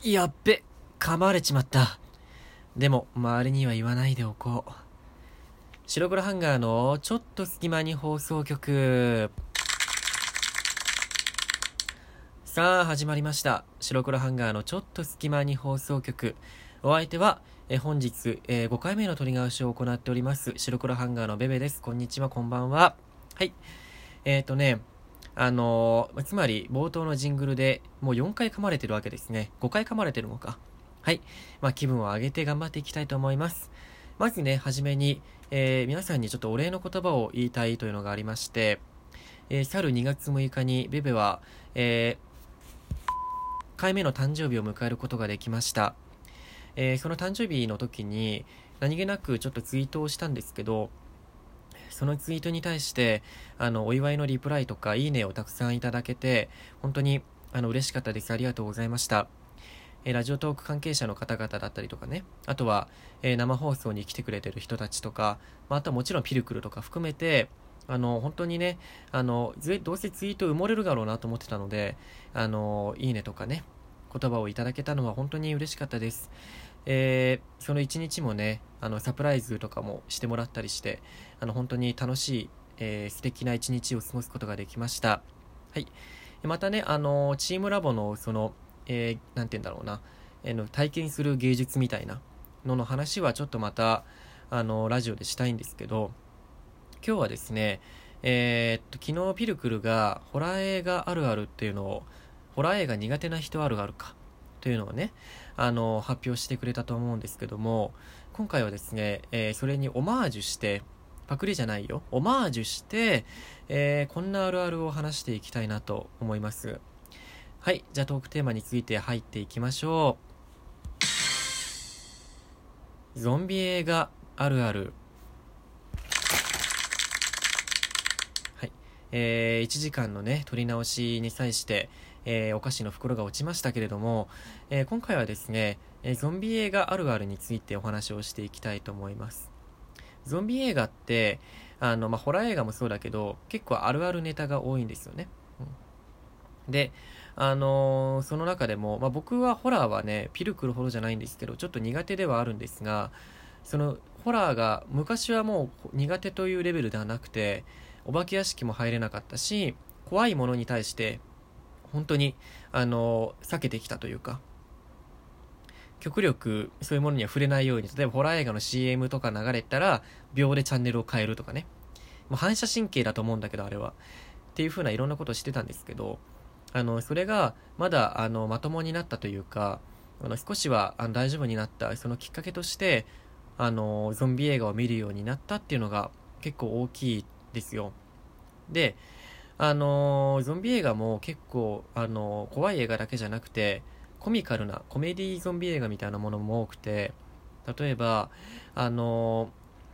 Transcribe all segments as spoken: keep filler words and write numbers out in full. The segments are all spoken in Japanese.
やっべ、噛まれちまった。でも、周りには言わないでおこう。白黒ハンガーのちょっと隙間に放送局。さあ、始まりました。白黒ハンガーのちょっと隙間に放送局。お相手は、え本日、えー、ごかいめの取り直しを行っております。白黒ハンガーのベベです。こんにちは、こんばんは。はい。えーとね、あのー、つまり冒頭のジングルでもうよんかい噛まれてるわけですね。ごかい噛まれてるのか。はい。まあ、気分を上げて頑張っていきたいと思います。まずね、はじめに、えー、皆さんにちょっとお礼の言葉を言いたいというのがありまして、えー、去るにがつむいかにベベは、えー、回目の誕生日を迎えることができました。えー、その誕生日の時に何気なくちょっとツイートをしたんですけど、そのツイートに対してあのお祝いのリプライとかいいねをたくさんいただけて本当にあの嬉しかったです。ありがとうございました。えーラジオトーク関係者の方々だったりとかね、あとは、えー生放送に来てくれてる人たちとか、まあ、あとはもちろんピルクルとか含めてあの本当にね、あのどうせツイート埋もれるだろうなと思ってたので、あのいいねとかね言葉をいただけたのは本当に嬉しかったです。えーその一日もね、あのサプライズとかもしてもらったりして、あの本当に楽しい、えー素敵な一日を過ごすことができました。はい。またね、あのチームラボのその、えーなんて言うんだろうな、えーの体験する芸術みたいなのの話はちょっとまたあのラジオでしたいんですけど、今日はですね、えーっと昨日ピルクルがホラー映画あるあるっていうのを、ホラー映画苦手な人あるあるかというのをね、あの発表してくれたと思うんですけども、今回はですね、えーそれにオマージュして、パクリじゃないよ、オマージュして、えーこんなあるあるを話していきたいなと思います。はい、じゃあトークテーマについて入っていきましょう。ゾンビ映画あるある。はい、えーいちじかんのね撮り直しに際して、えーお菓子の袋が落ちましたけれども、えー今回はですね、えーゾンビ映画あるあるについてお話をしていきたいと思います。ゾンビ映画ってあの、まあ、ホラー映画もそうだけど結構あるあるネタが多いんですよね。うんで、あのーその中でも、まあ、僕はホラーはねピルクルほどじゃないんですけどちょっと苦手ではあるんですが、そのホラーが昔はもう苦手というレベルではなくて、お化け屋敷も入れなかったし、怖いものに対して本当にあのー避けてきたというか、極力そういうものには触れないように、例えばホラー映画の シーエム とか流れたら秒でチャンネルを変えるとかね、もう反射神経だと思うんだけどあれはっていう風ないろんなことをしてたんですけど、あのそれがまだあのまともになったというか、あの少しはあの大丈夫になったそのきっかけとして、あのゾンビ映画を見るようになったっていうのが結構大きいですよ。で、あのゾンビ映画も結構あの怖い映画だけじゃなくてコミカルなコメディゾンビ映画みたいなものも多くて、例えばあの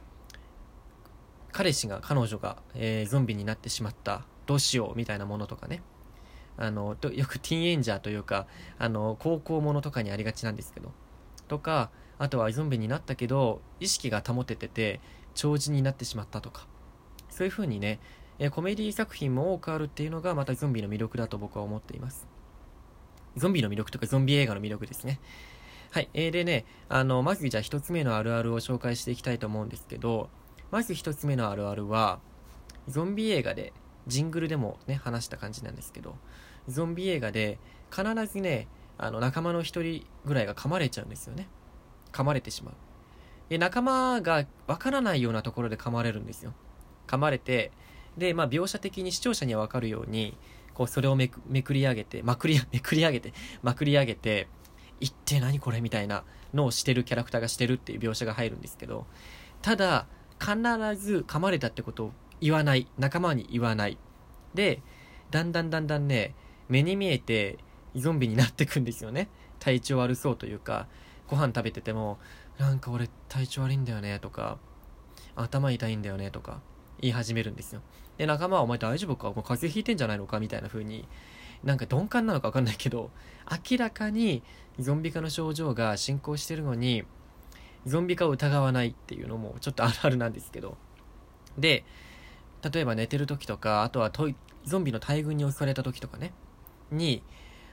彼氏が彼女が、えーゾンビになってしまった、どうしようみたいなものとかね、あのとよくティーンエンジャーというか、あの高校ものとかにありがちなんですけど、とか、あとはゾンビになったけど意識が保ててて超人になってしまったとか、そういう風にね、えコメディ作品も多くあるっていうのがまたゾンビの魅力だと僕は思っています。ゾンビの魅力とかゾンビ映画の魅力ですね。はい、えー、でね、あのまずじゃあ一つ目のあるあるを紹介していきたいと思うんですけど、まず一つ目のあるあるは、ゾンビ映画でジングルでもね話した感じなんですけど、ゾンビ映画で必ずね、あの仲間の一人ぐらいが噛まれちゃうんですよね。噛まれてしまう。で、仲間がわからないようなところで噛まれるんですよ。噛まれて、で、まあ描写的に視聴者にはわかるようにこうそれをめくめくり上げてまくりめくり上げてまくり上げて、一体何これみたいなのをしてるキャラクターがしてるっていう描写が入るんですけど、ただ必ず噛まれたってことを言わない、仲間に言わないで、だんだんだんだんね、目に見えてゾンビになってくんですよね。体調悪そうというか、ご飯食べててもなんか俺体調悪いんだよねとか、頭痛いんだよねとか言い始めるんですよ。で、仲間はお前大丈夫か、もう風邪ひいてんじゃないのかみたいな風に、なんか鈍感なのか分かんないけど明らかにゾンビ化の症状が進行してるのにゾンビ化を疑わないっていうのもちょっとあるあるなんですけど、で、例えば寝てる時とか、あとはトイゾンビの大群に襲われた時とかねに、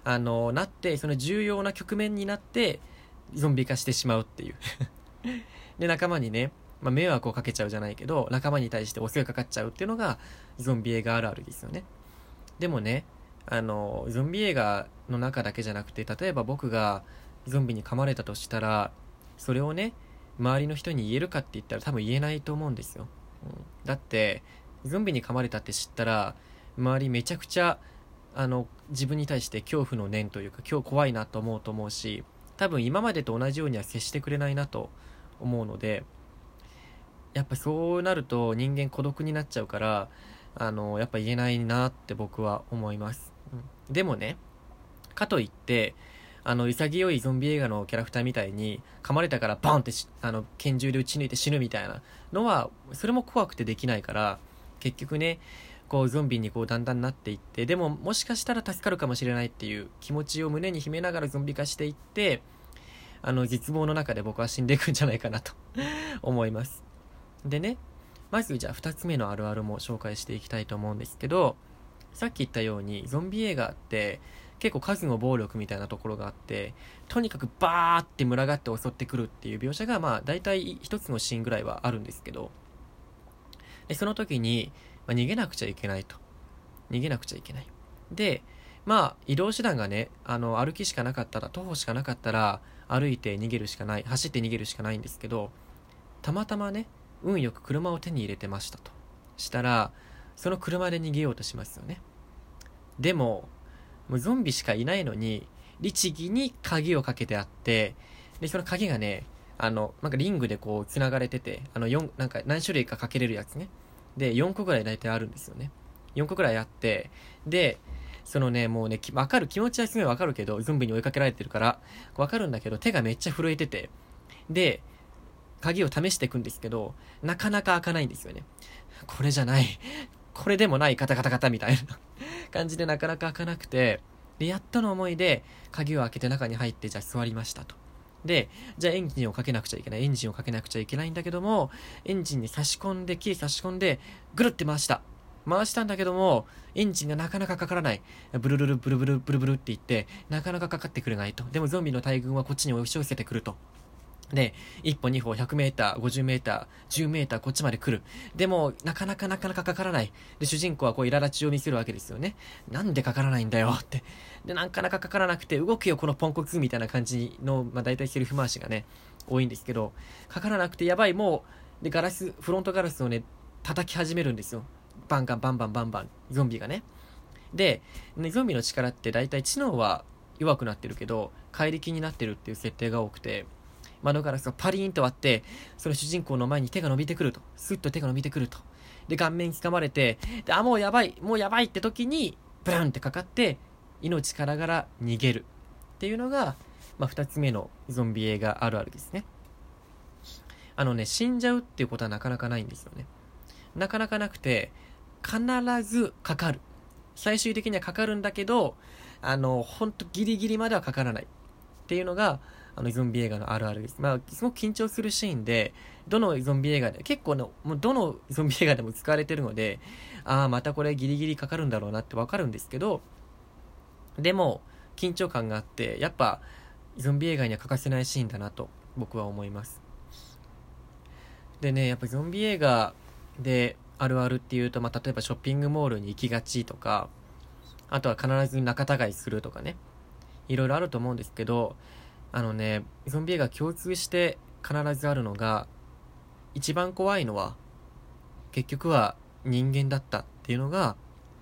あのなって、その重要な局面になってゾンビ化してしまうっていうで仲間にね、まあ、迷惑をかけちゃうじゃないけど、仲間に対して襲いかかっちゃうっていうのがゾンビ映画あるあるですよね。でもね、あのゾンビ映画の中だけじゃなくて、例えば僕がゾンビに噛まれたとしたら、それをね周りの人に言えるかって言ったら多分言えないと思うんですよ、うん、だってゾンビに噛まれたって知ったら周りめちゃくちゃあの自分に対して恐怖の念というか、今日怖いなと思うと思うし、多分今までと同じようには接してくれないなと思うので、やっぱそうなると人間孤独になっちゃうから、あのやっぱ言えないなって僕は思います、うん、でもね、かといってあの潔いゾンビ映画のキャラクターみたいに噛まれたからバンってあの拳銃で撃ち抜いて死ぬみたいなのは、それも怖くてできないから、結局ねこうゾンビにこうだんだんなっていって、でももしかしたら助かるかもしれないっていう気持ちを胸に秘めながらゾンビ化していって、あの絶望の中で僕は死んでいくんじゃないかなと思います。でね、まずじゃあふたつめのあるあるも紹介していきたいと思うんですけど、さっき言ったようにゾンビ映画って結構数の暴力みたいなところがあって、とにかくバーって群がって襲ってくるっていう描写がまあ大体一つのシーンぐらいはあるんですけど、でその時に、まあ、逃げなくちゃいけないと逃げなくちゃいけないで、まあ移動手段がね、あの歩きしかなかったら、徒歩しかなかったら歩いて逃げるしかない、走って逃げるしかないんですけど、たまたまね運よく車を手に入れてましたとしたら、その車で逃げようとしますよね。でももうゾンビしかいないのに律儀に鍵をかけてあって、でその鍵がね、あのなんかリングでこう繋がれてて、あのよんなんか何種類かかけれるやつね、でよんこぐらい大体あるんですよね。よんこぐらいあって、でそのねもうね分かる、気持ちはすごい分かるけど、ゾンビに追いかけられてるから分かるんだけど、手がめっちゃ震えてて、で鍵を試していくんですけど、なかなか開かないんですよね。これじゃない、これでもない、カタカタカタみたいな感じでなかなか開かなくて、でやっとの思いで鍵を開けて中に入って、じゃあ座りましたと。でじゃあエンジンをかけなくちゃいけないエンジンをかけなくちゃいけないんだけども、エンジンに差し込んでキー差し込んでぐるって回した回したんだけども、エンジンがなかなかかからない。ブルルルブルブルブルブルって言ってなかなかかかってくれないと。でもゾンビの大群はこっちに押し寄せてくると。でいっぽにほひゃくメーターごじゅうメーターじゅうメーターこっちまで来る。でもなかなかなかなかかからない。で主人公はこう苛立ちを見せるわけですよね。なんでかからないんだよって。でなかなかかからなくて、動くよこのポンコツみたいな感じの、まあ、大体セリフ回しがね多いんですけど、かからなくてやばい、もうでガラスフロントガラスをね叩き始めるんですよ。バンガンバンバンバンバンゾンビがね。で、ね、ゾンビの力って大体知能は弱くなってるけど怪力になってるっていう設定が多くて、窓ガラスがパリーンと割って、その主人公の前に手が伸びてくると。スッと手が伸びてくると。で、顔面掴まれて、で、あ、もうやばい、もうやばいって時に、ブランってかかって、命からがら逃げる。っていうのが、まあ、二つ目のゾンビ映画あるあるですね。あのね、死んじゃうっていうことはなかなかないんですよね。なかなかなくて、必ずかかる。最終的にはかかるんだけど、あの、ほんとギリギリまではかからない。っていうのが、あのゾンビ映画のあるあるです。まあすごく緊張するシーンで、どのゾンビ映画で結構のもうどのゾンビ映画でも使われてるので、ああまたこれギリギリかかるんだろうなってわかるんですけど、でも緊張感があって、やっぱゾンビ映画には欠かせないシーンだなと僕は思います。でね、やっぱゾンビ映画であるあるっていうと、まあ例えばショッピングモールに行きがちとか、あとは必ず仲違いするとかね、いろいろあると思うんですけど、あのね、ゾンビ映画共通して必ずあるのが、一番怖いのは結局は人間だったっていうのが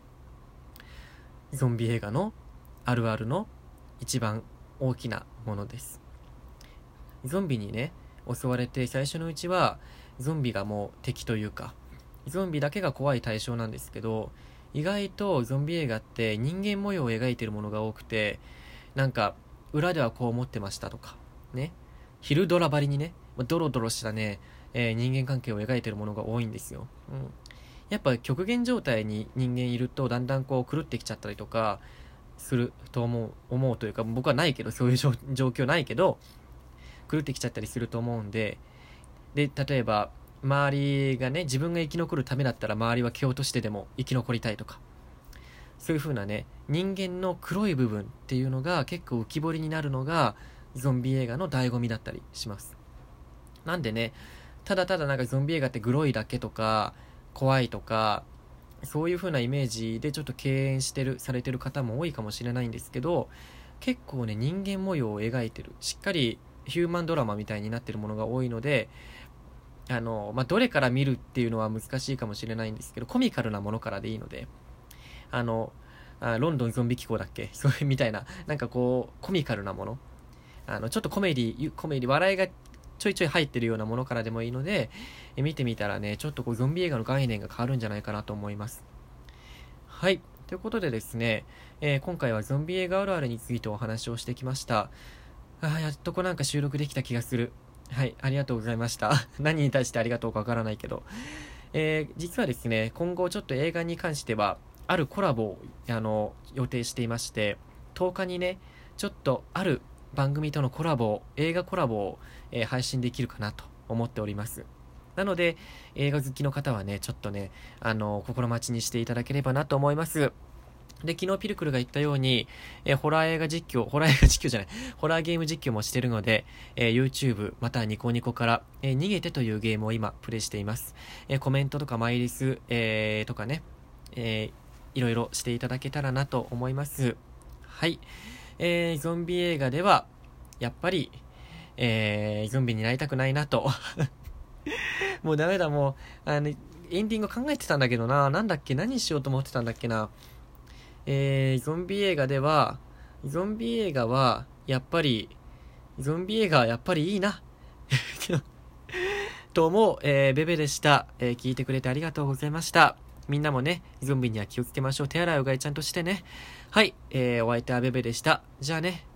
ゾンビ映画のあるあるの一番大きなものです。ゾンビにね襲われて、最初のうちはゾンビがもう敵というか、ゾンビだけが怖い対象なんですけど、意外とゾンビ映画って人間模様を描いているものが多くて、なんか裏ではこう思ってましたとかね、昼ドラばりにねドロドロしたね、えー、人間関係を描いているものが多いんですよ、うん、やっぱ極限状態に人間いるとだんだんこう狂ってきちゃったりとかすると思う思うというか、僕はないけど、そういう状況ないけど狂ってきちゃったりすると思うんで、で例えば周りがね、自分が生き残るためだったら周りは蹴落としてでも生き残りたいとか、 そういう風なね、人間の黒い部分っていうのが結構浮き彫りになるのがゾンビ映画の醍醐味だったりします。なんでね、ただただなんかゾンビ映画ってグロいだけとか怖いとかそういう風なイメージでちょっと敬遠してるされてる方も多いかもしれないんですけど、結構ね人間模様を描いてる、しっかりヒューマンドラマみたいになってるものが多いので、あのまあどれから見るっていうのは難しいかもしれないんですけど、コミカルなものからでいいので、あのあロンドンゾンビ機構だっけ、そういうみたいな、なんかこうコミカルなもの、あのちょっとコメディコメディ笑いがちょいちょい入ってるようなものからでもいいので、え見てみたらね、ちょっとこうゾンビ映画の概念が変わるんじゃないかなと思います。はい、ということでですね、えー今回はゾンビ映画あるあるについてお話をしてきました。あーやっとこうなんか収録できた気がする。はい、ありがとうございました。何に対してありがとうかわからないけど、えー実はですね、今後ちょっと映画に関してはあるコラボをあの予定していまして、とおかにね、ちょっとある番組とのコラボ、映画コラボを、えー配信できるかなと思っております。なので、映画好きの方はね、ちょっとね、あの、心待ちにしていただければなと思います。で、昨日ピルクルが言ったように、えーホラー映画実況、ホラー映画実況じゃない、ホラーゲーム実況もしてるので、えー YouTube、またはニコニコから、えー逃げてというゲームを今、プレイしています。えーコメントとかマイリス、えーとかね、えーいろいろしていただけたらなと思います。はい。えーゾンビ映画では、やっぱり、えーゾンビになりたくないなと。もうダメだ、もう、あの、エンディング考えてたんだけどな。なんだっけ、何しようと思ってたんだっけな。えー、ゾンビ映画では、ゾンビ映画は、やっぱり、ゾンビ映画はやっぱりいいな。と思う、えー、ベベでした、えー。聞いてくれてありがとうございました。みんなもね、ゾンビには気をつけましょう。手洗いうがいちゃんとしてね。はい、えー、お相手はベベでした。じゃあね。